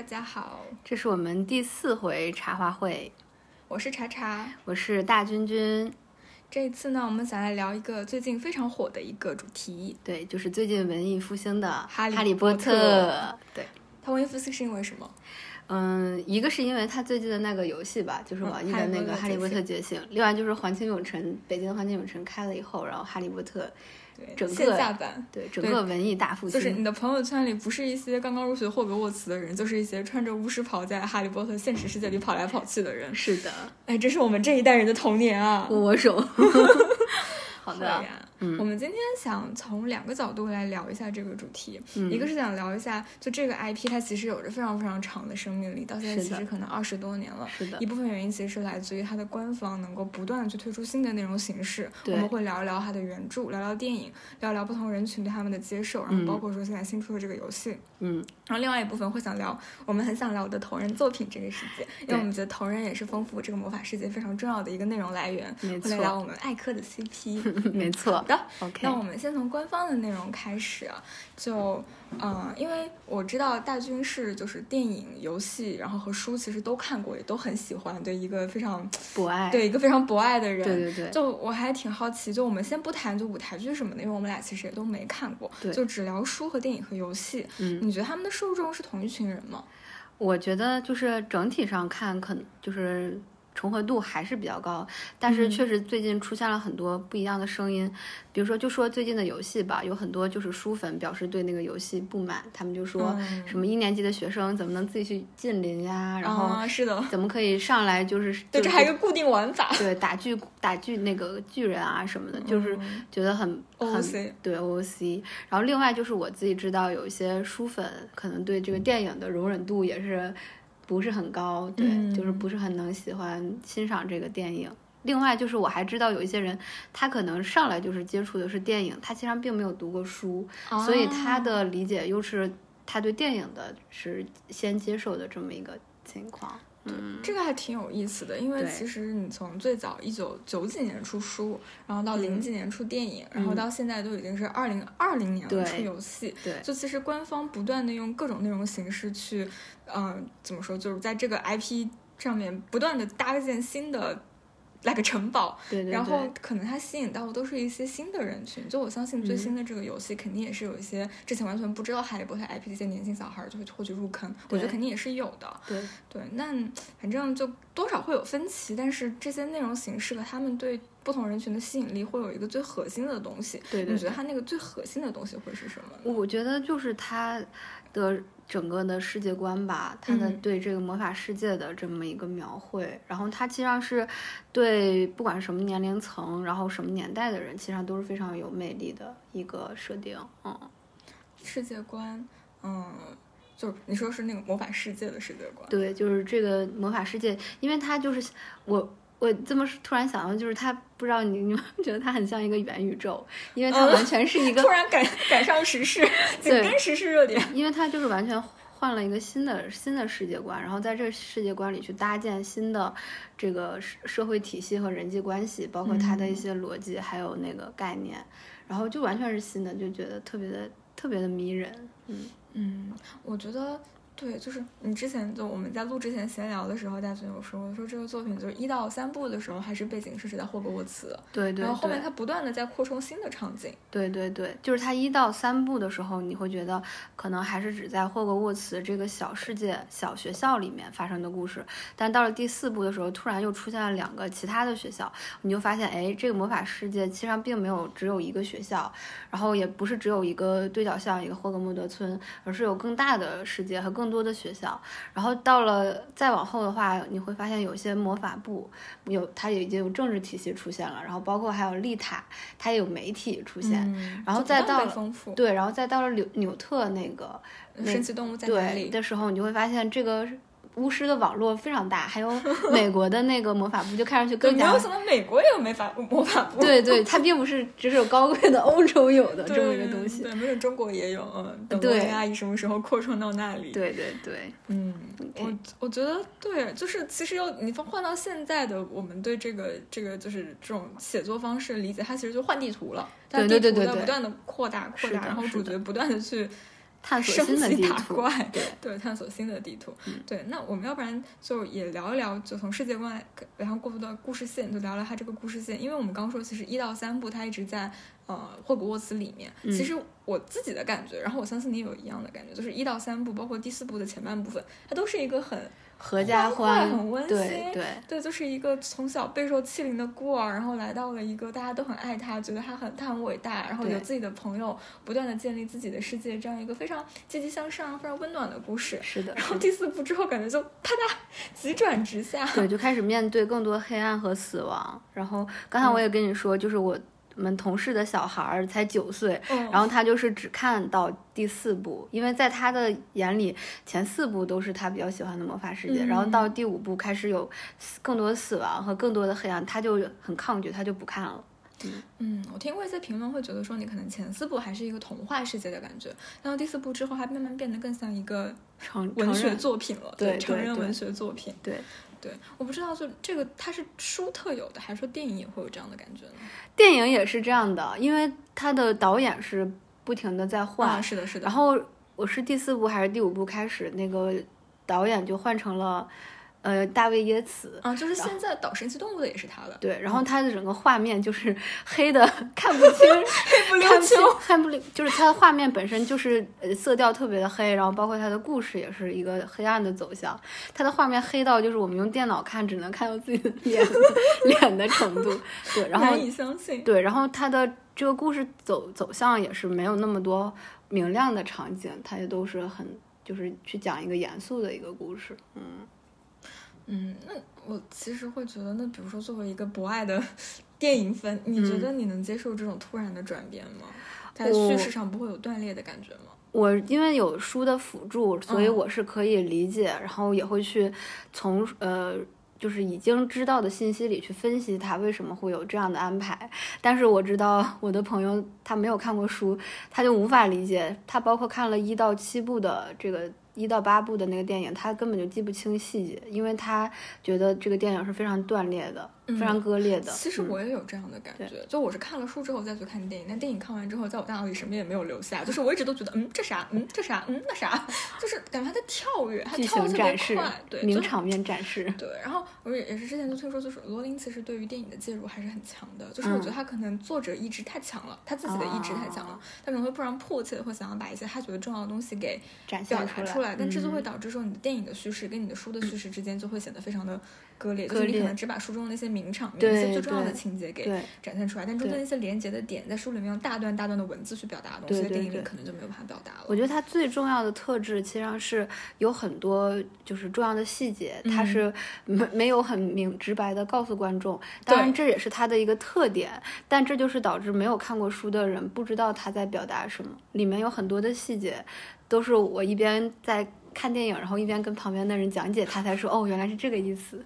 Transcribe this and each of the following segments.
大家好， 这是我们第4回茶话会， 我是茶茶， 我是大君君。 这一次呢，我们想来聊一个最近非常火的一个主题， 对，就是最近文艺复兴的哈利波特。 对，它文艺复兴是因为什么？ 一个是因为它最近的那个游戏吧，就是网易的那个《哈利波特觉醒》，另外就是环球影城，北京的环球影城开了以后，然后《哈利波特》整个线下版， 对整个文艺大复兴， 就是你的朋友圈里不是一些刚刚入学霍格沃茨的人，就是一些穿着巫师袍在哈利波特现实世界里跑来跑去的人。 是的， 哎，这是我们这一代人的童年啊！ 握握手。好的呀，我们今天想从2个角度来聊一下这个主题，一个是想聊一下，就这个 IP 它其实有着非常非常长的生命力，到现在其实可能20多年了。 是的， 一部分原因其实是来自于它的官方能够不断的去推出新的内容形式。我们会聊一聊它的原著，聊聊电影，聊聊不同人群对他们的接受，然后包括说现在新出的这个游戏。然后另外一部分会想聊我们很想聊的同人作品这个世界，因为我们觉得同人也是丰富这个魔法世界非常重要的一个内容来源。 没错， 会来聊我们艾科的 CP。 没错。 好的 ，OK。 那我们先从官方的内容开始啊，因为我知道大军是就是电影、游戏，然后和书其实都看过，也都很喜欢，对一个非常博爱， 对一个非常博爱的人。 对对对。 就我还挺好奇，就我们先不谈就舞台剧什么的，因为我们俩其实也都没看过，就只聊书和电影和游戏。你觉得他们的受众是同一群人吗？ 我觉得就是整体上看，可能就是重合度还是比较高，但是确实最近出现了很多不一样的声音。比如说就说最近的游戏吧，有很多就是书粉表示对那个游戏不满，他们就说什么1年级的学生怎么能自己去禁林呀，然后是的， 怎么可以上来就是对，这还有一个固定玩法， 对，打巨那个巨人啊什么的，就是觉得很 OOC， 对 OOC。然后另外就是我自己知道有一些书粉可能对这个电影的容忍度也是不是很高，对，就是不是很能喜欢欣赏这个电影。另外就是我还知道有一些人他可能上来就是接触的是电影，他其实上并没有读过书，所以他的理解又是他对电影的是先接受的这么一个情况。 这个还挺有意思的，因为其实你从最早1990几年出书，然后到00几年出电影，然后到现在都已经是2020年了出游戏， 对， 就其实官方不断的用各种内容形式去，怎么说，就是在这个 IP 上面不断的搭建新的来个城堡， 对， 然后可能它吸引到的都是一些新的人群。就我相信最新的这个游戏肯定也是有一些之前完全不知道哈利波特 IP 的一些年轻小孩就会去入坑，我觉得肯定也是有的。对，那反正就多少会有分歧，但是这些内容形式和他们对不同人群的吸引力会有一个最核心的东西。 对， 你觉得它那个最核心的东西会是什么呢？ 我觉得就是它的整个的世界观吧，它的对这个魔法世界的这么一个描绘，然后它其实上是对不管什么年龄层，然后什么年代的人，其实上都是非常有魅力的一个设定。 世界观，就是你说是那个魔法世界的世界观。 对，就是这个魔法世界，因为它就是我这么突然想到，就是它不知道你们觉得它很像一个元宇宙，因为它完全是一个突然赶上时事，紧跟时事热点， 因为它就是完全换了一个新的世界观，然后在这个世界观里去搭建新的这个社会体系和人际关系，包括它的一些逻辑还有那个概念，然后就完全是新的，就觉得特别的迷人。 我觉得对，就是你之前就我们在录之前闲聊的时候，大群有说这个作品就是1到3部的时候还是背景是在霍格沃茨， 对， 然后后面它不断的在扩充新的场景， 对，就是它1到3部的时候，你会觉得可能还是只在霍格沃茨这个小世界、小学校里面发生的故事，但到了第4部的时候，突然又出现了2个其他的学校，你就发现，哎，这个魔法世界其实上并没有只有一个学校，然后也不是只有一个对角巷、一个霍格莫德村，而是有更大的世界和更多的学校。然后到了再往后的话，你会发现有些魔法部它也已经有政治体系出现了，然后包括还有丽塔，它也有媒体出现，然后再到了对，然后再到了纽特那个神奇动物在哪里的时候，你就会发现这个巫师的网络非常大，还有美国的那个魔法部就看上去更加没有想到美国也有魔法部， 对，它并不是只是有高贵的欧洲有的这么一个东西， 对，没准中国也有，等国人阿姨什么时候扩充到那里， 对， 我觉得对，就是其实你换到现在的我们对这个就是这种写作方式理解，它其实就换地图了， 对， 地图在不断的扩大，然后主角不断的去探索新的地图， 对，探索新的地图。对，那我们要不然就也聊一聊，就从世界观来，然后过渡到故事线，就聊聊它这个故事线。因为我们刚说，其实1到3部它一直在霍格沃茨里面。其实我自己的感觉，然后我相信你有一样的感觉，就是1到3部，包括第4部的前半部分，它都是一个很合家欢， 很温馨， 对， 就是一个从小备受欺凌的孤儿，然后来到了一个大家都很爱他，觉得他很伟大，然后有自己的朋友，不断的建立自己的世界，这样一个非常积极向上、非常温暖的故事。 是的。 然后第4部之后，感觉就啪嗒急转直下， 对，就开始面对更多黑暗和死亡。然后刚才我也跟你说，就是我们同事的小孩才9岁，然后他就是只看到第4部，因为在他的眼里前4部都是他比较喜欢的魔法世界，然后到第5部开始有更多的死亡和更多的黑暗，他就很抗拒，他就不看了。 我听过一些评论会觉得说，你可能前4部还是一个童话世界的感觉，然后第4部之后还慢慢变得更像一个文学作品了， 对， 成人文学作品。 对， 我不知道就这个它是书特有的，还是说电影也会有这样的感觉呢？ 电影也是这样的，因为它的导演是不停的在换， 是的。 然后我是第4部还是第5部开始，那个导演就换成了大卫耶茨就是现在导神奇动物的也是他的。 对，然后他的整个画面就是黑的看不清， 黑不溜秋， 看不清，就是他的画面本身就是色调特别的黑，然后包括他的故事也是一个黑暗的走向。他的画面黑到就是我们用电脑看只能看到自己的脸的程度。对，然后难以相信。 对，然后他的这个故事走向也是没有那么多明亮的场景，他也都是很就是去讲一个严肃的一个故事。 那我其实会觉得，那比如说作为一个博爱的电影粉，你觉得你能接受这种突然的转变吗？在叙事上不会有断裂的感觉吗？ 我因为有书的辅助，所以我是可以理解，然后也会去从就是已经知道的信息里去分析他为什么会有这样的安排。但是我知道我的朋友他没有看过书，他就无法理解，他包括看了1到7部的这个1到8部的那个电影，他根本就记不清细节，因为他觉得这个电影是非常断裂的，非常割裂的。 其实我也有这样的感觉，就我是看了书之后再去看电影，但电影看完之后在我大脑里什么也没有留下，就是我一直都觉得这啥这啥那啥，就是感觉他在跳跃，他跳得特别快，对， 名场面展示。 对，然后我也是之前就听说，就是罗琳其实对于电影的介入还是很强的，就是我觉得他可能作者意志太强了，他自己的意志太强了，他可能会非常迫切的会想要把一些他觉得重要的东西给展现出来，但这就会导致说你的电影的叙事跟你的书的叙事之间就会显得非常的割裂，就是你可能只把书中的那些名场面、一些最重要的情节给展现出来，但中间那些连接的点，在书里面用大段大段的文字去表达的东西，在电影里可能就没有办法表达了。 我觉得它最重要的特质，其实上是有很多就是重要的细节，它是没有很直白的告诉观众。当然，这也是它的一个特点，但这就是导致没有看过书的人不知道他在表达什么。里面有很多的细节，都是我一边在看电影，然后一边跟旁边的人讲解，他才说哦，原来是这个意思。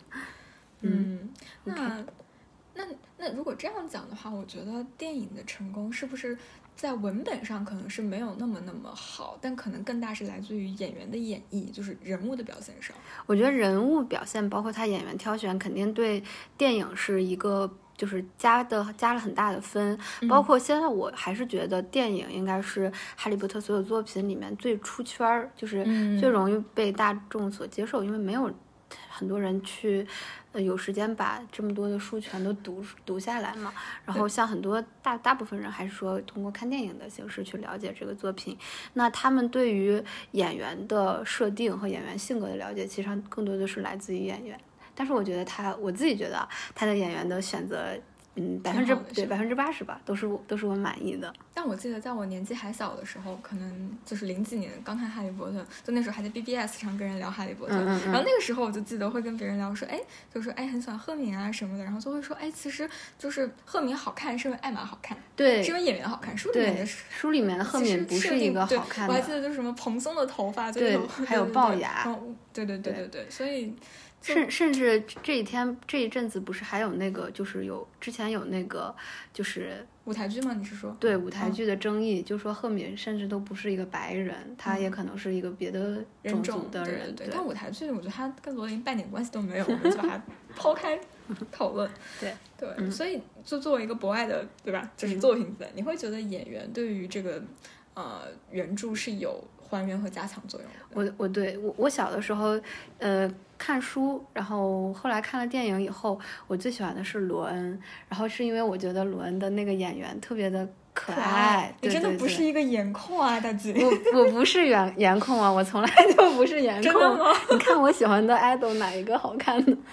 那如果这样讲的话，我觉得电影的成功是不是在文本上可能是没有那么好，但可能更大是来自于演员的演绎，就是人物的表现上。 我觉得人物表现包括他演员挑选肯定对电影是一个就是加了很大的分，包括现在我还是觉得电影应该是哈利波特所有作品里面最出圈，就是最容易被大众所接受，因为没有很多人去有时间把这么多的书全都读下来嘛。然后像很多大部分人还是说通过看电影的形式去了解这个作品，那他们对于演员的设定和演员性格的了解，其实上更多的是来自于演员。但是我觉得我自己觉得他的演员的选择80%吧，都是我满意的。 但我记得在我年纪还小的时候，可能就是00几年刚看哈利波特，就那时候还在 BBS 上跟人聊哈利波特，然后那个时候我就记得会跟别人聊说，就是很喜欢赫敏啊什么的，然后就会说其实就是赫敏好看是因为艾玛好看， 对， 是因为演员好看。书里面的赫敏不是一个好看的， 我还记得就是什么蓬松的头发，对， 还有龅牙， 对，所以甚至这一阵子不是还有那个就是之前有那个就是舞台剧吗？你是说？ 对，舞台剧的争议，就说赫敏甚至都不是一个白人，他也可能是一个别的种族的人。 对，但舞台剧我觉得他跟罗琳半点关系都没有，我们就把它抛开讨论。对，所以就作为一个博爱的，对吧？就是作品粉，你会觉得演员对于这个原著是有还原和加强作用。 我小的时候看书，然后后来看了电影以后，我最喜欢的是罗恩，然后是因为我觉得罗恩的那个演员特别的可爱。 你真的不是一个颜控啊，大姐！ 我不是颜控啊，我从来就不是颜控。 真的吗？ 你看我喜欢的 idol 哪一个好看呢？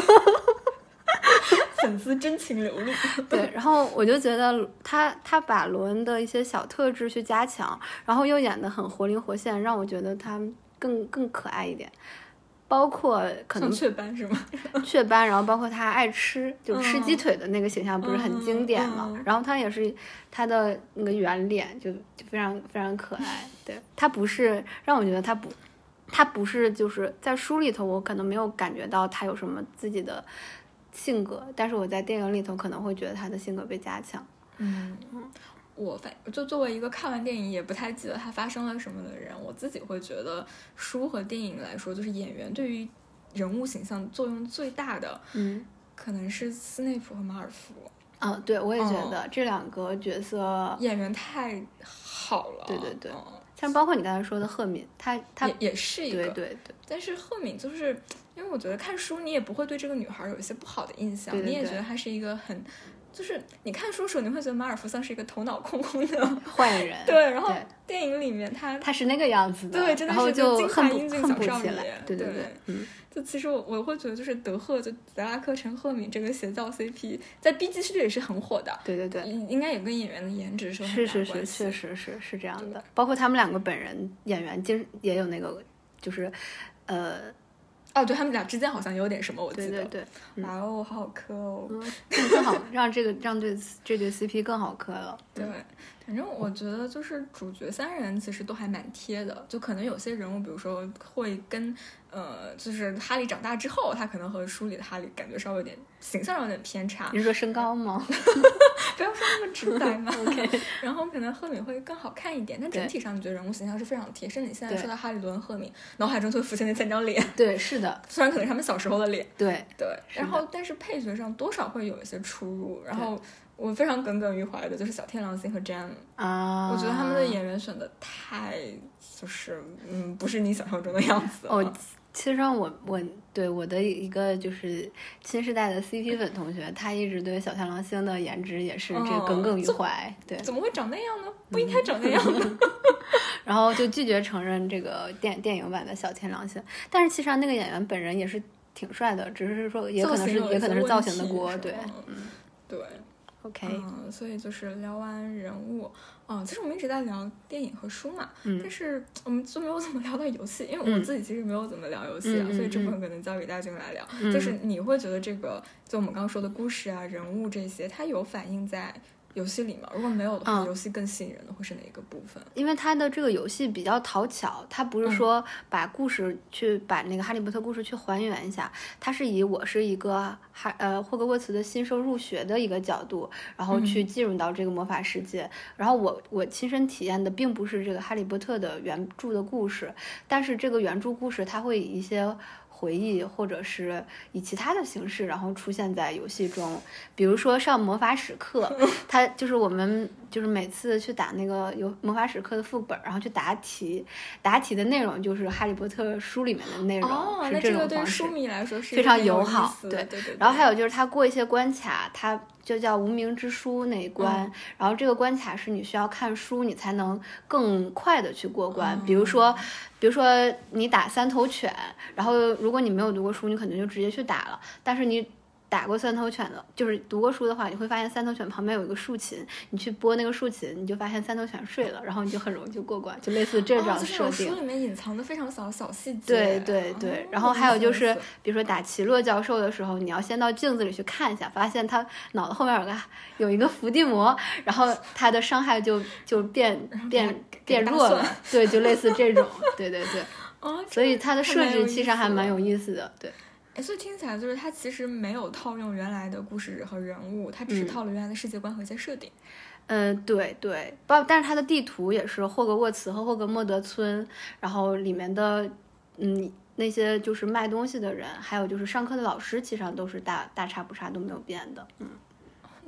粉丝真情流露。 对，然后我就觉得他把罗恩的一些小特质去加强，然后又演得很活灵活现，让我觉得他更可爱一点。包括可能雀斑是吗？ 雀斑，然后包括他爱吃，就吃鸡腿的那个形象不是很经典嘛？然后他也是他的那个圆脸就非常非常可爱。对，他不是让我觉得他不是就是在书里头我可能没有感觉到他有什么自己的性格，但是我在电影里头可能会觉得他的性格被加强。 我就作为一个看完电影也不太记得它发生了什么的人，我自己会觉得书和电影来说，就是演员对于人物形象作用最大的，可能是斯内普和马尔福。 对，我也觉得这两个角色演员太好了。 对。像包括你刚才说的赫敏，他也是一个对。 但是赫敏就是因为我觉得看书你也不会对这个女孩有一些不好的印象，你也觉得她是一个很。就是你看书的时候，你会觉得马尔福像是一个头脑空空的坏人， 对。然后电影里面他是那个样子的， 对，真的是就金发英俊小少年，对。 就其实我会觉得，就是德赫就德拉克陈赫敏这个邪教 CP 在 B 级区也是很火的， 对。 应该也跟演员的颜值是确实是这样的。包括他们两个本人演员也有那个就是对，他们俩之间好像有点什么，我记得。 对。 哇哦，好好磕哦！ 更好，让这对 CP 更好磕了。 对，反正我觉得就是主角三人其实都还蛮贴的，就可能有些人物，比如说会跟就是哈利长大之后，他可能和书里的哈利感觉稍微有点形象上有点偏差。 你是说身高吗？ 不要说那么直白嘛。OK。然后可能赫敏会更好看一点，但整体上你觉得人物形象是非常贴。甚至你现在说到哈利、罗恩、赫敏，脑海中就会浮现那3张脸。 对，是的。 虽然可能是他们小时候的脸。 对。 然后，但是配角上多少会有一些出入。然后我非常耿耿于怀的就是小天狼星和 Jan 我觉得他们的演员选的太就是不是你想象中的样子了。 其实我对我的一个就是新时代的 CP 粉同学，他一直对小天狼星的颜值也是这个耿耿于怀。对， 怎么会长那样呢？不应该长那样的。 然后就拒绝承认这个电影版的小天狼星，但是其实上那个演员本人也是挺帅的，只是说也可能是造型的锅。对。OK。 所以就是聊完人物其实我们一直在聊电影和书嘛，但是我们就没有怎么聊到游戏，因为我自己其实没有怎么聊游戏所以这部分可能交给大军来聊。就是你会觉得这个就我们刚刚说的故事啊、人物这些，它有反映在游戏里吗？如果没有的话，游戏更吸引人的会是哪一个部分？ 因为它的这个游戏比较讨巧，它不是说把故事把那个哈利波特故事去还原一下，它是以我是一个霍格沃茨的新生入学的一个角度，然后去进入到这个魔法世界。然后我亲身体验的并不是这个哈利波特的原著的故事，但是这个原著故事它会以一些回忆或者是以其他的形式然后出现在游戏中。比如说上魔法史课，它就是我们就是每次去打那个有魔法史课的副本，然后去答题的内容就是哈利波特书里面的内容，是这种方式。那这个对书迷来说是非常友好。对。然后还有就是他过一些关卡，他就叫无名之书那一关，然后这个关卡是你需要看书你才能更快的去过关。比如说你打三头犬，然后如果你没有读过书，你可能就直接去打了，但是你打过三头犬的，就是读过书的话，你会发现三头犬旁边有一个竖琴，你去拨那个竖琴，你就发现三头犬睡了，然后你就很容易就过关，就类似这种设定。 书里面隐藏的非常小细节。 对。然后还有就是，比如说打奇洛教授的时候，你要先到镜子里去看一下，发现他脑子后面有一个伏地魔，然后他的伤害就变弱了。对，就类似这种。对。所以他的设置其实还蛮有意思的。对。 所以听起来就是他其实没有套用原来的故事和人物，他只是套了原来的世界观和一些设定。 对。但是他的地图也是霍格沃茨和霍格莫德村，然后里面的那些就是卖东西的人，还有就是上课的老师，其实上都是大差不差，都没有变的。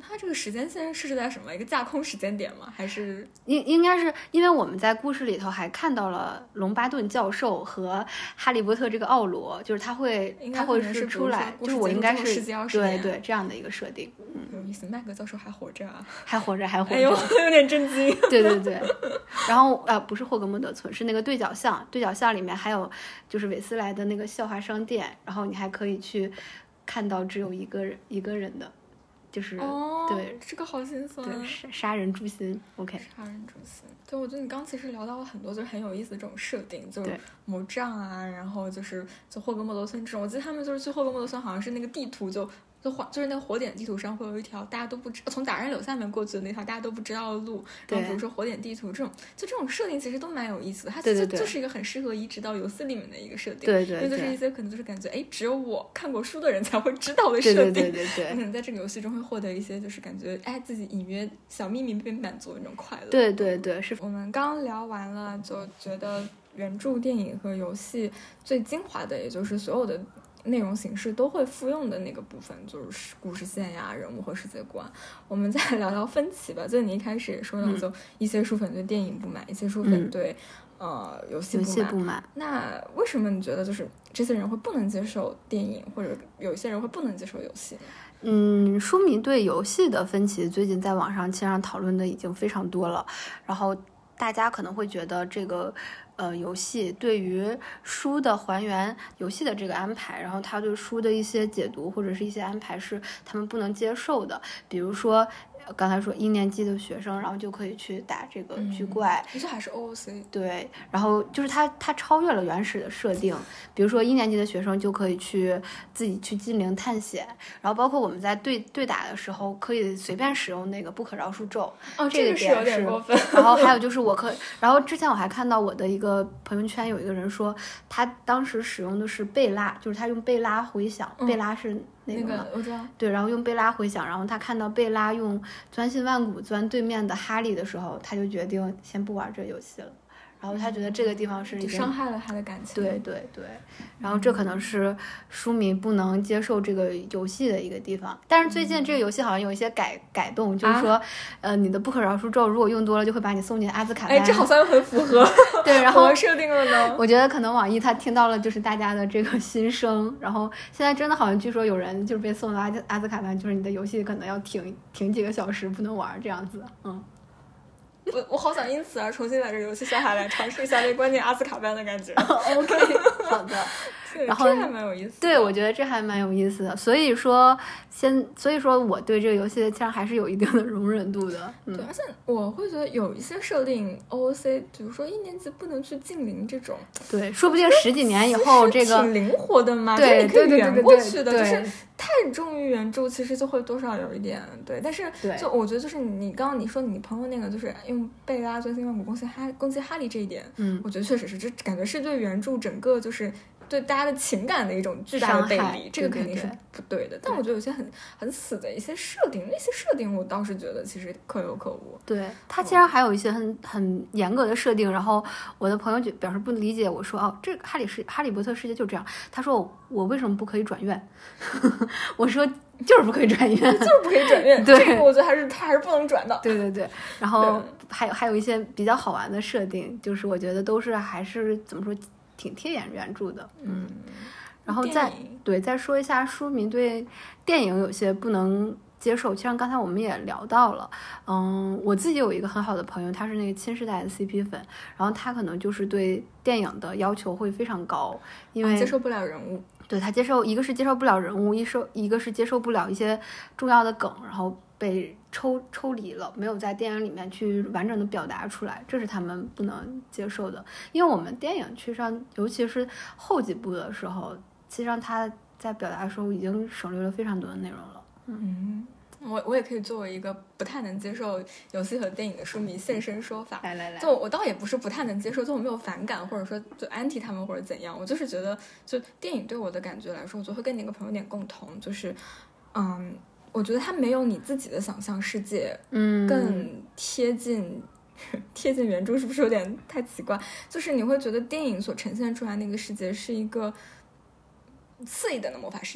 它这个时间线是在什么一个架空时间点吗？还是应该是因为我们在故事里头还看到了隆巴顿教授和哈利波特这个奥罗，就是他会是出来，就是我应该是对这样的一个设定。 有意思，麦格教授还活着啊？ 还活着。 哎呦，有点震惊。 对。然后不是霍格莫德村，是那个对角巷，对角巷里面还有就是韦斯莱的那个笑话商店，然后你还可以去看到只有一个人的。就是对， 这个好心酸。 对，杀人诛心。OK， 杀人诛心。对，我觉得你刚其实聊到了很多，就是很有意思的这种设定，就是魔杖啊，然后就霍格莫德村这种。我记得他们就是去霍格莫德村，好像是那个地图就是那个火点地图上会有一条大家都不知从打人柳下面过去的那条大家都不知道的路，然后比如说火点地图这种设定其实都蛮有意思的，它就是一个很适合移植到游戏里面的一个设定。 对， 因为就是一些可能就是感觉只有我看过书的人才会知道的设定。对，可能在这个游戏中会获得一些就是感觉自己隐约小秘密被满足的那种快乐。 对，是。 我们刚聊完了，就觉得原著电影和游戏最精华的，也就是所有的内容形式都会复用的那个部分，就是故事线呀、人物和世界观。我们再聊聊分歧吧。就你一开始也说到，就一些书粉对电影不满，一些书粉对游戏不满。那为什么你觉得就是这些人会不能接受电影，或者有些人会不能接受游戏呢？ 书迷对游戏的分歧最近在网上其实上讨论的已经非常多了，然后大家可能会觉得这个游戏对于书的还原，游戏的这个安排，然后他对书的一些解读或者是一些安排是他们不能接受的。比如说刚才说1年级的学生，然后就可以去打这个巨怪， 这还是 OOC。 对，然后就是他超越了原始的设定，比如说1年级的学生就可以自己去精灵探险，然后包括我们在对打的时候可以随便使用那个不可饶恕咒。这个是有点过分。 然后还有就是然后之前我还看到我的一个朋友圈有一个人说，他当时使用的是贝拉，就是他用贝拉回响，贝拉是那个我知道。 对，然后用贝拉回响，然后他看到贝拉用钻心万骨钻对面的哈利的时候，他就决定先不玩这游戏了。然后他觉得这个地方是伤害了他的感情。 对，然后这可能是书迷不能接受这个游戏的一个地方。但是最近这个游戏好像有一些改动，就是说你的不可饶恕咒如果用多了就会把你送进阿兹卡班。 这好像很符合对，然后设定了呢。 我觉得可能网易他听到了就是大家的这个心声，然后现在真的好像据说有人就是被送到阿兹卡班，就是你的游戏可能要停几个小时不能玩这样子。 我好想因此而重新把这个游戏下下来，尝试一下被关进阿兹卡班的感觉。 OK， 好的。然后这还蛮有意思的。 对，我觉得这还蛮有意思的。所以说我对这个游戏其实还是有一定的容忍度的。 对，而且我会觉得有一些设定 OOC， 比如说1年级不能去精灵这种， 对，说不定10几年以后这个挺灵活的嘛， 对， 你可以圆过去的， 对， 就是太重于原著，其实就会多少有一点对。但是就我觉得就是你刚刚你说你朋友那个就是用贝拉钻心万骨攻击哈利这一点，我觉得确实是，这感觉是对原著整个就是对大家的情感的一种巨大的背离，这个肯定是不对的。但我觉得有些很死的一些设定，那些设定我倒是觉得其实可有可无。 对，它其实还有一些很严格的设定，然后我的朋友就表示不理解，我说这个哈利波特世界就这样，他说我为什么不可以转院？我说就是不可以转院， 就是不可以转院。 对， 这个我觉得他还是不能转的。 对，然后还有一些比较好玩的设定，就是我觉得都是还是怎么说挺贴眼原著的。然后再说一下书迷对电影有些不能接受，其实刚才我们也聊到了。我自己有一个很好的朋友，他是那个新时代的 CP 粉，然后他可能就是对电影的要求会非常高，因为接受不了人物。 对，他一个是接受不了人物，一个是接受不了一些重要的梗，然后被抽离了，没有在电影里面去完整的表达出来，这是他们不能接受的。因为我们电影去上，尤其是后几部的时候，其实上他在表达的时候已经省略了非常多的内容了。 我也可以作为一个不太能接受游戏和电影的书迷现身说法。 来， 就我倒也不是不太能接受，就我没有反感，或者说就 anti 他们或者怎样，我就是觉得就电影对我的感觉来说，我就会跟你一个朋友有点共同，就是我觉得它没有你自己的想象世界更贴近原著，是不是有点太奇怪？就是你会觉得电影所呈现出来那个世界是一个次一等的魔法世界，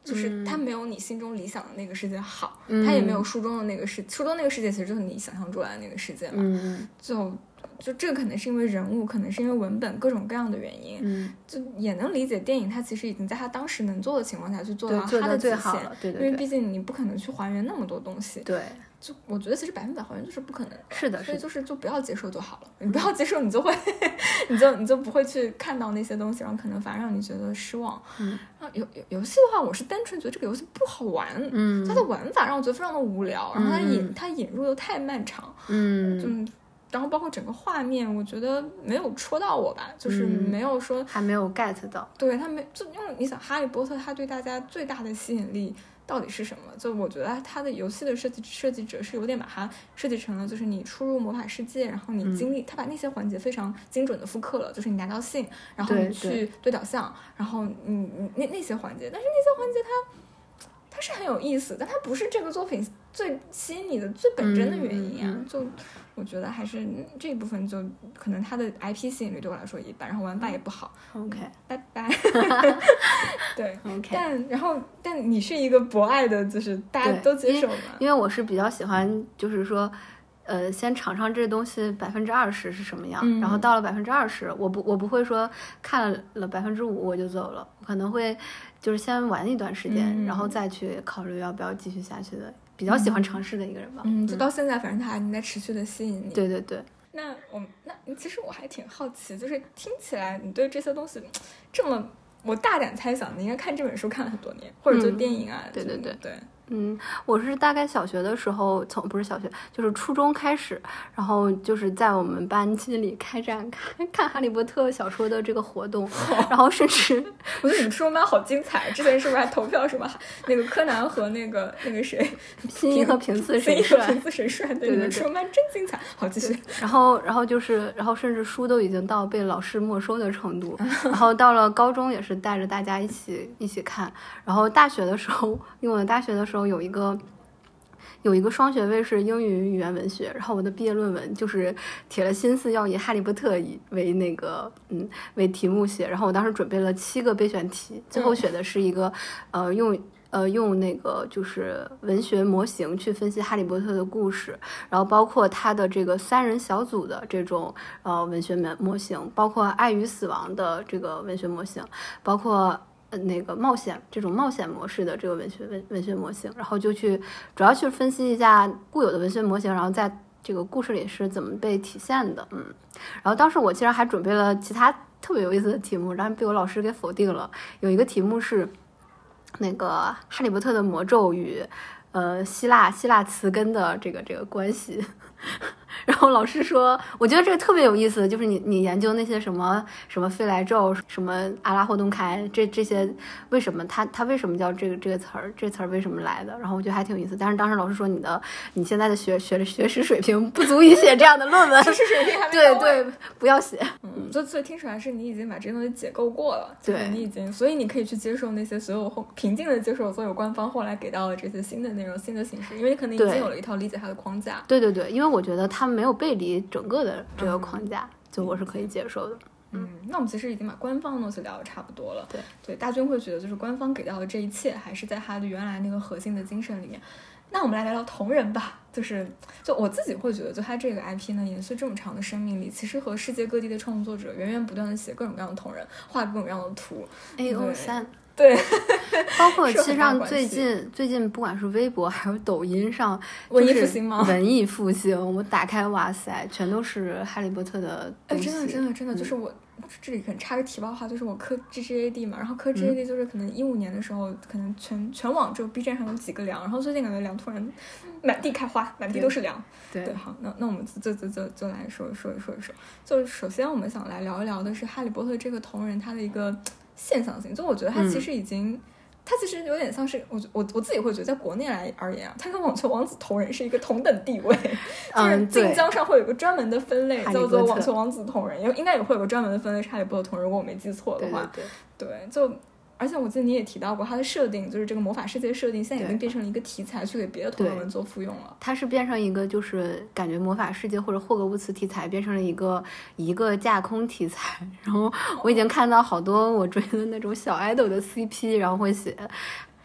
就是它没有你心中理想的那个世界好，它也没有书中的那个书中那个世界其实就是你想象出来的那个世界嘛。就这个可能是因为人物，可能是因为文本各种各样的原因，就也能理解电影它其实已经在它当时能做的情况下去做到它的极限， 对， 因为毕竟你不可能去还原那么多东西。 对， 就我觉得其实100%还原就是不可能的。 是的， 所以就不要接受就好了。你不要接受，你就会你就不会去看到那些东西，然后可能反而让你觉得失望。然后游戏的话，我是单纯觉得这个游戏不好玩，它的玩法让我觉得非常的无聊，然后它引入又太漫长，然后包括整个画面，我觉得没有戳到我吧，就是没有说还没有 get 到。 对，他没就因为你想，哈利波特他对大家最大的吸引力到底是什么？就我觉得他的游戏的设计者是有点把它设计成了，就是你出入魔法世界，然后你经历，他把那些环节非常精准的复刻了，就是你拿到信，然后你去对导向，然后你那些环节，但是那些环节它是很有意思，但它不是这个作品最吸引你的最本真的原因啊。就我觉得还是这一部分，就可能它的 IP 吸引力对我来说一般，然后玩法也不好。 OK， 拜拜。对 ，OK。 但你是一个博爱的，就是大家都接受嘛。 因为我是比较喜欢，就是说，先尝尝这东西20%是什么样，然后到了20%，我不会说看了5%我就走了，我可能会就是先玩一段时间，然后再去考虑要不要继续下去的。比较喜欢尝试的一个人吧。 就到现在，反正他还在持续的吸引你。 对对对。 那其实我还挺好奇，就是听起来你对这些东西这么，我大胆猜想，你应该看这本书看了很多年，或者就电影啊。 对对对对。我是大概小学的时候，不是小学，就是初中开始，然后就是在我们班级里开展看哈利波特小说的这个活动，然后甚至我觉得你们初中班好精彩，之前是不是还投票什么那个柯南和那个谁新一和平次谁帅？ 平次谁帅？对对对，初中班真精彩。好，继续。 然后甚至书都已经到被老师没收的程度，然后到了高中也是带着大家一起看，然后大学的时候，因为我的大学的时候有一个双学位是英语语言文学，然后我的毕业论文就是铁了心思要以哈利波特为题目写，然后我当时准备了7个备选题，最后选的是一个用那个就是文学模型去分析哈利波特的故事，然后包括他的这个3人小组的这种文学模型，包括爱与死亡的这个文学模型，包括那个冒险模式的这个文学模型，然后就主要去分析一下固有的文学模型，然后在这个故事里是怎么被体现的。然后当时我其实还准备了其他特别有意思的题目，然后被我老师给否定了。有一个题目是那个哈利波特的魔咒与希腊词根的这个关系。然后老师说，我觉得这个特别有意思，就是你研究那些什么飞来咒，什么阿拉霍东开，这些为什么他为什么叫这个词儿，这词儿为什么来的？然后我觉得还挺有意思。但是当时老师说你现在的学识水平不足以写这样的论文， 学识水平还没对对，不要写。 所以听出来是你已经把这些东西解构过了， 对， 你已经，所以你可以去接受那些所有平静的接受所有官方后来给到的这些新的内容、新的形式，因为你可能已经有了一套理解它的框架。 对对对，因为我觉得他们没有背离整个的这个框架，就我是可以接受的。 那我们其实已经把官方的东西聊得差不多了。对，大军会觉得就是官方给到的这一切还是在他的原来那个核心的精神里面。那我们来聊聊同人吧，就我自己会觉得，就他这个 IP 呢，延续这么长的生命力，其实和世界各地的创作者源源不断的写各种各样的同人，画各种各样的图。 AO3。 对， 包括其实上最近不管是微博还是抖音上， 文艺复兴吗？ 文艺复兴，我打开，哇塞，全都是哈利波特的东西。 真的，就是我这里可能插个题外话，就是我磕 GGAD 嘛，然后磕 GGAD 就是可能2015年的时候，可能全网只有 B 站上有几个粮，然后最近感觉粮突然满地开花，满地都是粮。对，好，那我们就来说一说。就首先我们想来聊一聊的是哈利波特这个同人它的一个现象性，就我觉得它其实已经，它其实有点像是我自己会觉得，在国内而言啊，它跟网球王子同人是一个同等地位，就是晋江上会有一个专门的分类叫做网球王子同人，应该也会有个专门的分类是哈利波特同人，如果我没记错的话。对，就而且我记得你也提到过它的设定，就是这个魔法世界设定现在已经变成了一个题材，去给别的同人文做复用了。 它是变成一个就是感觉魔法世界或者霍格沃茨题材变成了一个架空题材，然后我已经看到好多我追的那种小 idol 的 CP， 然后会写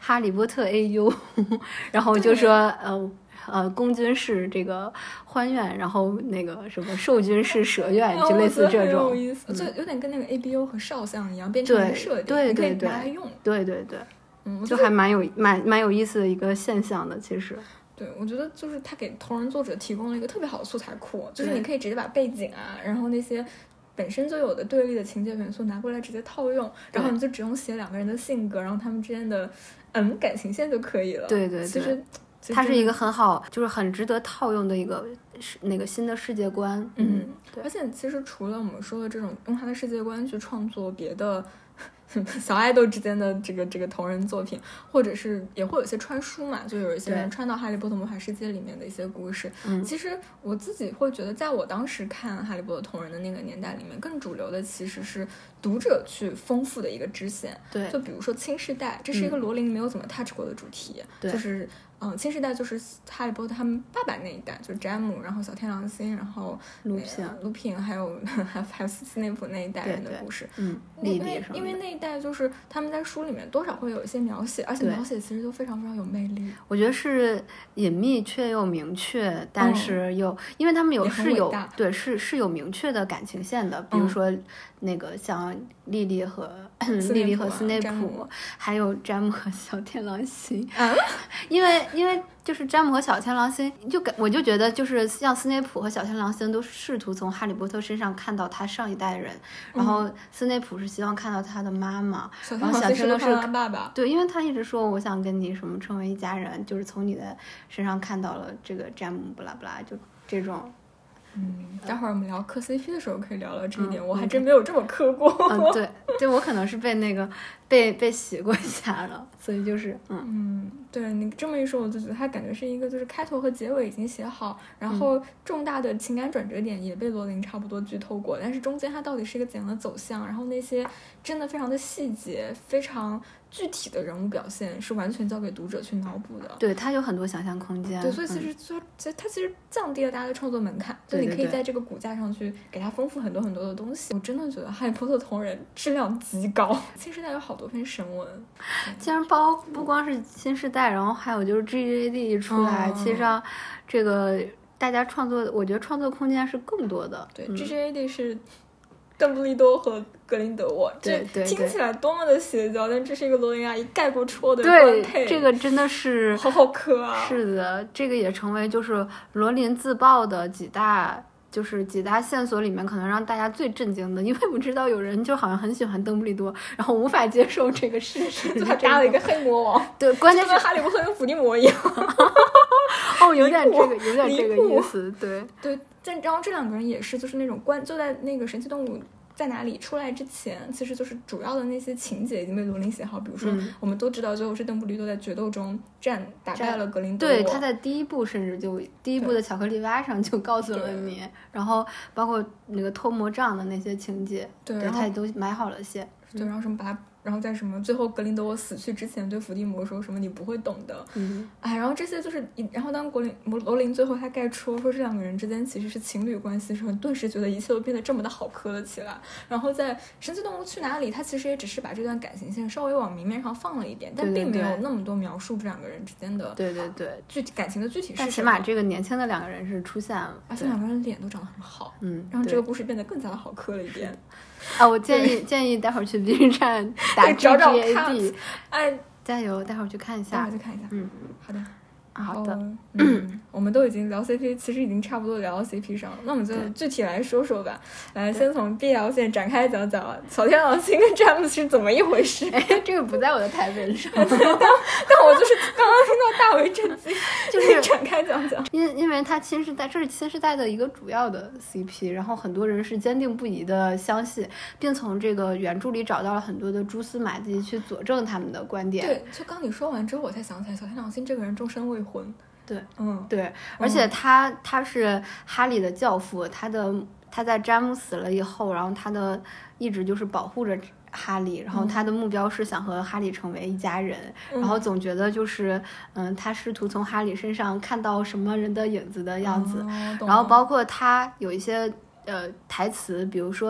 哈利波特 AU 然后就说公君是这个欢苑，然后那个什么受君是蛇苑，就类似这种， 有意思，就有点跟那个 ABO 和少相一样，变成一个设定， 对对对，拿来用， 对对对，就还蛮有意思的一个现象的，其实。 对，我觉得就是他给同人作者提供了一个特别好的素材库，就是你可以直接把背景啊，然后那些本身就有的对立的情节元素拿过来直接套用，然后你就只用写两个人的性格，然后他们之间的感情线就可以了。 对对对， 其实它是一个很好，就是很值得套用的一个那个新的世界观。 对。而且其实除了我们说的这种用他的世界观去创作别的小爱豆之间的这个同人作品，或者是也会有一些穿书嘛，就有一些人穿到哈利波特魔法世界里面的一些故事。其实我自己会觉得，在我当时看哈利波特同人的那个年代里面，更主流的其实是读者去丰富的一个支线。 对， 就比如说新世代，这是一个罗琳没有怎么 touch 过的主题，就是新世代就是哈利波特他们爸爸那一代，就是詹姆，然后小天狼星，然后卢平，还有斯内普那一代人的故事。因为那一代就是他们在书里面多少会有一些描写，而且描写其实都非常非常有魅力。 我觉得是隐秘却又明确，但是又因为他们是有明确的感情线的，比如说那个像莉莉和斯内普，还有詹姆和小天狼星。因为就是詹姆和小天狼星，我就觉得就是像斯内普和小天狼星都试图从哈利波特身上看到他上一代人，然后斯内普是希望看到他的妈妈，然后小天狼是爸爸。 对，因为他一直说我想跟你什么成为一家人，就是从你的身上看到了这个詹姆不拉不拉，就这种。 待会儿我们聊磕 CP 的时候可以聊聊这一点，我还真没有这么磕过。 对，我可能是被那个被洗过一下了，所以就是对你这么一说，我就觉得它感觉是一个就是开头和结尾已经写好，然后重大的情感转折点也被罗琳差不多剧透过，但是中间它到底是一个怎样的走向，然后那些真的非常的细节，非常具体的人物表现是完全交给读者去脑补的。 对，它有很多想象空间。 对，所以其实它其实降低了大家的创作门槛，就你可以在这个骨架上去给它丰富很多很多的东西。我真的觉得哈利波特同人质量极高，新时代有好多篇神文， 竟然不光是新时代，然后还有就是 GJD 一出来，其实上这个大家创作，我觉得创作空间是更多的。 对，GJD 是邓布利多和格林德沃， 对， 听起来多么的邪教，但这是一个罗琳阿姨概括戳的官配， 这个真的是好磕啊！ 是的，这个也成为就是罗琳自曝的几大线索里面可能让大家最震惊的，因为我知道有人就好像很喜欢邓布利多，然后无法接受这个事实， 就他搭了一个黑魔王， 对，关键是哈利波特跟伏地魔一样。 有点这个意思，对， 然后这两个人也是就是那种就在那个神奇动物在哪里出来之前，其实就是主要的那些情节已经被罗琳写好，比如说我们都知道最后是邓布利多在决斗中打败了格林德沃， 对，他在第一部甚至就第一部的巧克力蛙上就告诉了你，然后包括那个偷魔杖的那些情节，对，他也都埋好了线， 对，然后什么然后在什么最后格林德沃死去之前对伏地魔说什么你不会懂的，然后这些就是然后当罗琳最后他概戳说这两个人之间其实是情侣关系的时候，顿时觉得一切都变得这么的好磕了起来。然后在神奇动物去哪里，他其实也只是把这段感情线稍微往明面上放了一点，但并没有那么多描述这两个人之间的具体感情的具体是什么。 但起码这个年轻的两个人是出现了， 而且两个人脸都长得很好，让这个故事变得更加的好磕了一点。 我建议待会儿去 B 站打 GJAD， 加油，待会儿去看一下。 好的。 好的， 我们都已经聊 CP， 其实已经差不多聊到 CP 上了。那我们就具体来说说吧。来，先从 BL 线展开讲讲小天狼星跟詹姆斯是怎么一回事。 这个不在我的台本上， 但我就是刚刚听到大为震惊，就是展开讲讲。 因为它这是新时代的一个主要的 CP， 然后很多人是坚定不移的相信，并从这个原著里找到了很多的蛛丝马迹去佐证他们的观点。 对，就刚你说完之后，我才想起来小天狼星这个人终身未婚。 对，对，而且他是哈利的教父，他在詹姆死了以后，然后他一直就是保护着哈利，然后他的目标是想和哈利成为一家人，然后总觉得就是他试图从哈利身上看到什么人的影子的样子，然后包括他有一些台词，比如说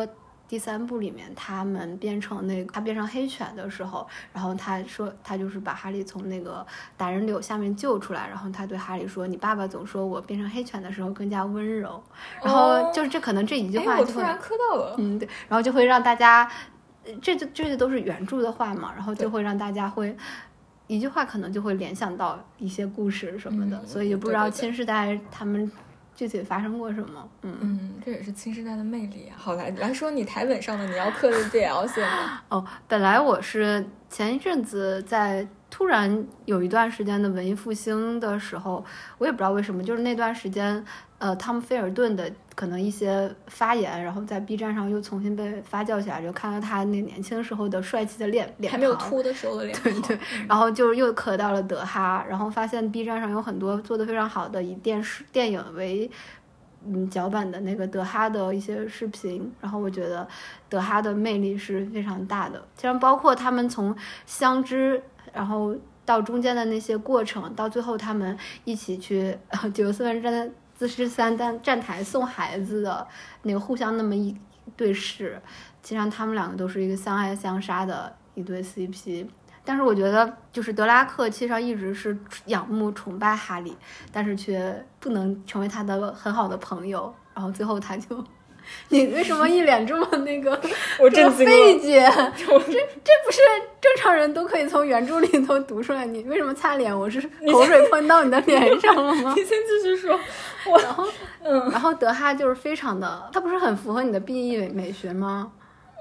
第3部里面他们他变成黑犬的时候，然后他说他就是把哈利从那个打人柳下面救出来，然后他对哈利说你爸爸总说我变成黑犬的时候更加温柔，然后就是可能这一句话就会我突然磕到了， 对，然后就会让大家这都是原著的话嘛，然后就会让大家会一句话可能就会联想到一些故事什么的，所以也不知道新世代他们具体发生过什么。 这也是新时代的魅力啊。好，来说你台本上的你要刻的 BL 线吧。 本来我是前一阵子在突然有一段时间的文艺复兴的时候，我也不知道为什么，就是那段时间汤姆菲尔顿的可能一些发言，然后在 B 站上又重新被发酵起来，就看到他那年轻时候的帅气的脸还没有秃的时候的脸庞，对，然后就又磕到了德哈，然后发现 B 站上有很多做得非常好的以电影为脚本的那个德哈的一些视频，然后我觉得德哈的魅力是非常大的，其实包括他们从相知然后到中间的那些过程，到最后他们一起去94分姿势3站台送孩子的那个互相那么一对视，其实他们两个都是一个相爱相杀的一对 CP。但是我觉得就是德拉克其实一直是仰慕崇拜哈利，但是却不能成为他的很好的朋友，然后最后他就你为什么一脸这么那个我震惊了， 费解，这不是正常人都可以从原著里头读出来，你为什么擦脸？我是口水喷到你的脸上了吗？ 你先继续说。 然后德哈就是非常的，他不是很符合你的 BE 美学吗？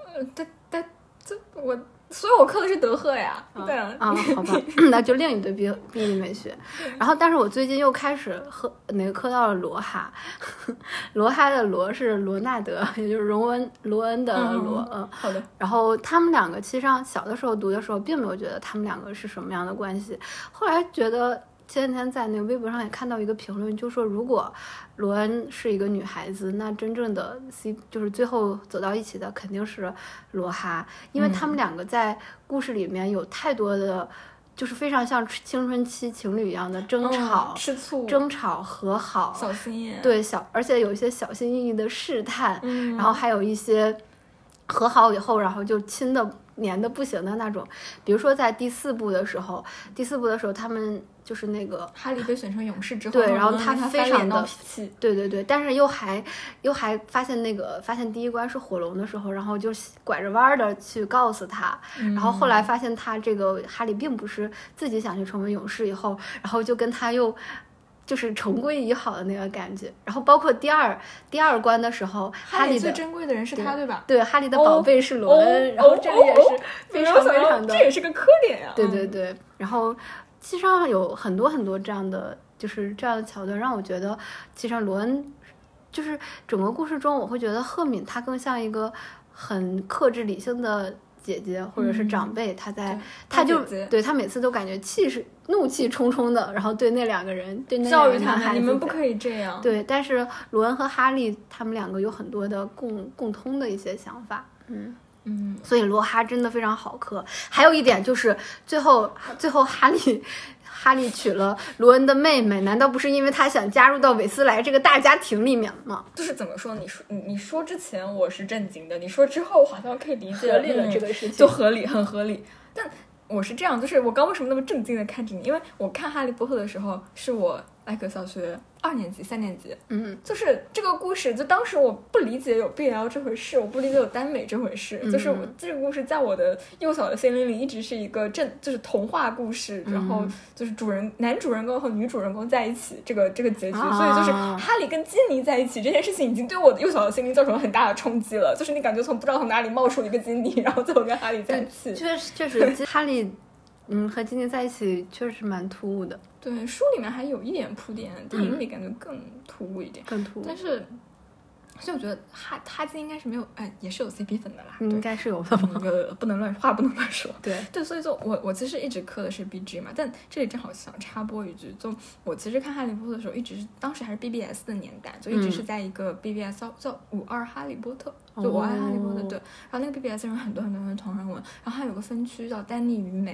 所以我磕的是德赫呀。对啊， 好吧，那就另一对 BE 美学。然后但是我最近又开始磕到了罗哈，罗哈的罗是罗纳德，也就是罗恩的罗。 好的。 然后他们两个其实上小的时候读的时候并没有觉得他们两个是什么样的关系，后来觉得前几天在那个微博上也看到一个评论，就说如果罗恩是一个女孩子，那真正的 C 就是最后走到一起的肯定是罗哈，因为他们两个在故事里面有太多的就是非常像青春期情侣一样的争吵、 吃醋、 争吵、和好、 小心翼翼， 对而且有一些小心翼翼的试探，然后还有一些和好以后然后就亲的黏的不行的那种。比如说在第4部的时候他们就是那个哈利被选成勇士之后， 对，然后他非常的脾气， 对，但是又还发现第一关是火龙的时候，然后就拐着弯的去告诉他，然后后来发现他这个哈利并不是自己想去成为勇士以后，然后就跟他又就是重归于好的那个感觉。然后包括第二关的时候，哈利最珍贵的人是他，对吧？ 对，哈利的宝贝是罗恩，然后这里也是非常非常的， 这也是个磕点呀。 对，然后其实上有很多很多这样的桥段，让我觉得其实罗恩就是整个故事中，我会觉得赫敏她更像一个很克制理性的姐姐或者是长辈，他就对他每次都感觉怒气冲冲的，然后对那两个人教育他们，你们不可以这样。 对，但是罗恩和哈利他们两个有很多的共通的一些想法，所以罗哈真的非常好磕。还有一点就是最后哈利娶了罗恩的妹妹，难道不是因为他想加入到韦斯莱这个大家庭里面吗？ 就是怎么说，你说之前我是震惊的，你说之后好像可以理解合理了，这个事情就合理，很合理。但我是这样，就是我刚为什么那么震惊的看着你，因为我看哈利波特的时候是我小学2年级、3年级，就是这个故事，就当时我不理解有 BL 这回事，我不理解有耽美这回事，就是我这个故事在我的幼小的心灵里一直是一个就是童话故事，然后就是男主人公和女主人公在一起这个结局，所以就是哈利跟金妮在一起这件事情已经对我的幼小的心灵造成了很大的冲击了，就是你感觉不知道从哪里冒出一个金妮，然后最后跟哈利在一起， 确实哈利和金妮在一起确实蛮突兀的。 对，书里面还有一点铺垫，电影里感觉更突兀一点，但是所以我觉得哈金应该是没有，也是有 CP 粉的啦， 应该是有的吧， 不能乱说。 对， 所以就我其实一直磕的是 BG 嘛，但这里正好想插播一句，就我其实看哈利波特的时候，一直是当时还是 BBS 的年代，就一直是在一个 BBS 叫52哈利波特，就我爱哈利波特，对，然后那个 BBS 上有很多很多的同人文，然后还有个分区叫丹妮与美。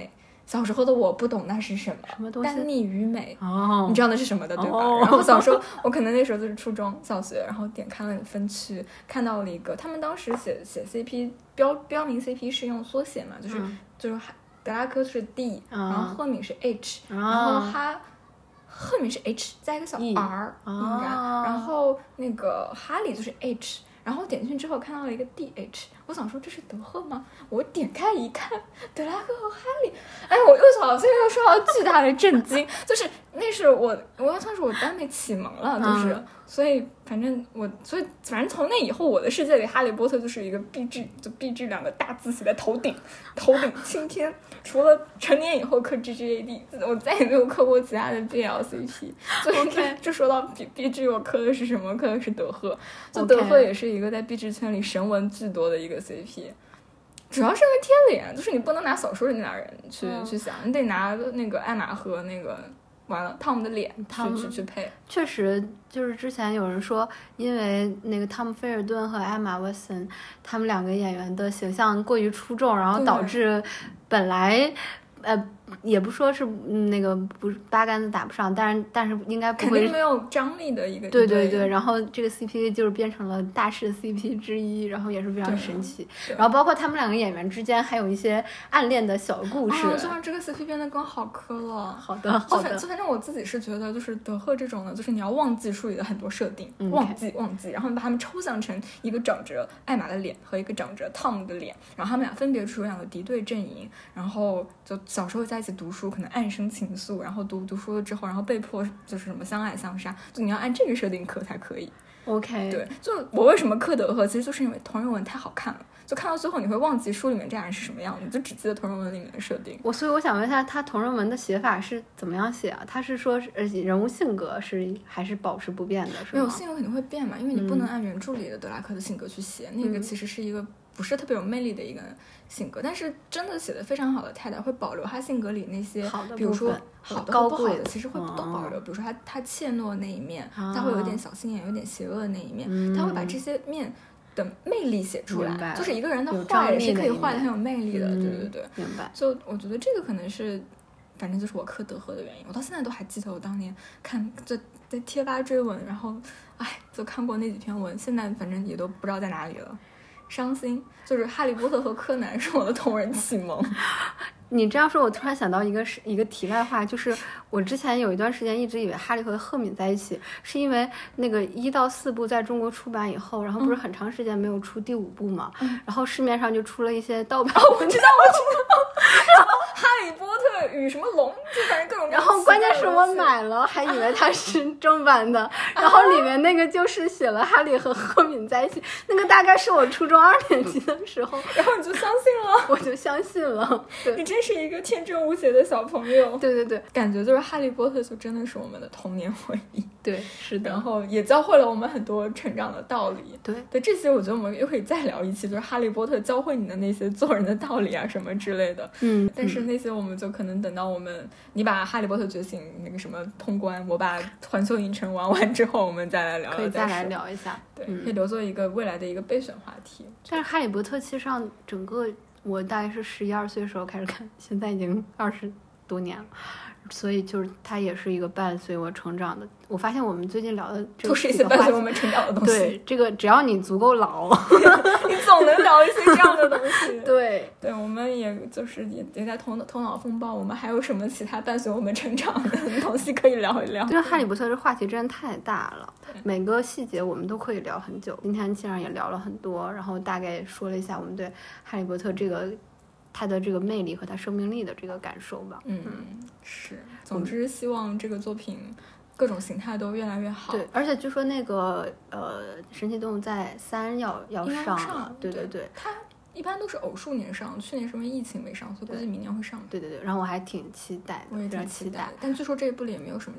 小时候的我不懂那是什么东西， 丹妮与美哦， 你知道那是什么的对吧？然后小时候我可能那时候就是初中小学，然后点开了分区，看到了一个他们当时写 CP 标明 CP 是用缩写嘛，就是德拉科是 D，然后赫敏是 H，然后赫敏是 H 加一个小 R，然后那个哈利就是 H。然后点进去之后看到了一个 DH， 我想说这是德赫吗？我点开一看，德拉克和哈利，哎，我又受到巨大的震惊，就是那是我要算是我耽美启蒙了，就是，所以反正从那以后，我的世界里哈利波特就是一个必志两个大字写在头顶青天，除了成年以后磕 GGAD， 我再也没有磕过其他的 BLCP， 所以就说到必志我磕的是什么？磕的是德赫，就德赫也是一个在必志圈里神文巨多的一个 CP， 主要是因为贴脸，就是你不能拿小说里那俩人去想，你得拿那个艾玛和那个完了汤姆的脸去配。 确实，就是之前有人说，因为那个汤姆菲尔顿和艾玛沃森他们两个演员的形象过于出众，然后导致本来也不说是那个不八竿子打不上，但是应该不会肯定没有张力的一个对，然后这个 CP 就是变成了大势 CP 之一，然后也是非常神奇。然后包括他们两个演员之间还有一些暗恋的小故事， 就让这个 CP 变得更好磕了。 好的， 就反正我自己是觉得，就是德赫这种的，就是你要忘记书里的很多设定，忘记，然后你把他们抽象成一个长着艾玛的脸和一个长着汤姆的脸，然后他们俩分别处于两个敌对阵营，然后就小时候在一起读书，可能暗生情愫，然后读书了之后，然后被迫就是什么相爱相杀，就你要按这个设定磕才可以。 OK， 对，就我为什么磕德赫，其实就是因为同人文太好看了，就看到最后你会忘记书里面这俩人是什么样的，就只记得同人文里面的设定。 所以我想问一下，他同人文的写法是怎么样写啊？他是说人物性格还是保持不变的？是吗？ 没有，性格肯定会变嘛，因为你不能按原著里的德拉克的性格去写，那个其实是一个不是特别有魅力的一个性格，但是真的写的非常好的太太会保留他性格里那些好的， 比如说好的和不好的，其实会都保留。比如说他怯懦那一面，他会有点小心眼，有点邪恶的那一面，他会把这些面的魅力写出来，就是一个人的坏是可以坏的很有魅力的，对， 明白。 就我觉得这个可能是，反正就是我磕德赫的原因。我到现在都还记得我当年看就在贴吧追文，然后就看过那几篇文，现在反正也都不知道在哪里了。伤心，就是哈利波特和柯南是我的同人启蒙。 你这样说，我突然想到一个题外话，就是我之前有一段时间一直以为哈利和赫敏在一起，是因为那个1到4部在中国出版以后，然后不是很长时间没有出第5部嘛，然后市面上就出了一些盗版。 我知道。然后哈利波特与什么龙，就反正各种。 然后关键是我买了，还以为它是正版的，然后里面那个就是写了哈利和赫敏在一起，那个大概是我初中2年级的时候， 然后你就相信了， 我就相信了。对， 你真是一个天真无邪的小朋友。 对， 感觉就是哈利波特就真的是我们的童年回忆。 对，是的。 然后也教会了我们很多成长的道理。 对， 这些我觉得我们又可以再聊一期，就是哈利波特教会你的那些做人的道理啊什么之类的。但是那些我们就可能等到你把哈利波特觉醒那个什么通关，我把环球影城玩完之后，我们再来聊， 可以再来聊一下。 对，可以留作一个未来的一个备选话题。 但是哈利波特其实上整个我大概是11、12岁的时候开始看，现在已经20多年了，所以就是它也是一个伴随我成长的。我发现我们最近聊的这个都是一些伴随我们成长的东西。 对，这个只要你足够老你总能聊一些这样的东西。 对， 我们也就是也在头脑风暴，我们还有什么其他伴随我们成长的东西可以聊一聊。 因为哈利波特这话题真的太大了，每个细节我们都可以聊很久。今天其实也聊了很多，然后大概说了一下我们对哈利波特它的这个魅力和它生命力的这个感受吧。 是。总之希望这个作品各种形态都越来越好。 对，而且据说那个神奇动物在3要上了。对， 它一般都是偶数年上，去年是因为疫情没上，所以估计明年会上。 对，然后我还挺期待的， 我也挺期待。但据说这一部里也没有什么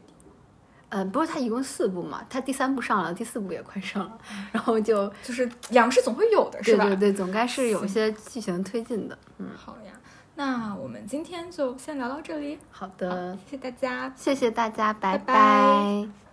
GGAD。 不是，它一共4部嘛，它第3部上了，第4部也快上了，然后就是粮食总会有的，是吧？ 对，总该是有一些剧情推进的。 好呀，那我们今天就先聊到这里。 好的， 谢谢大家， 谢谢大家，拜拜。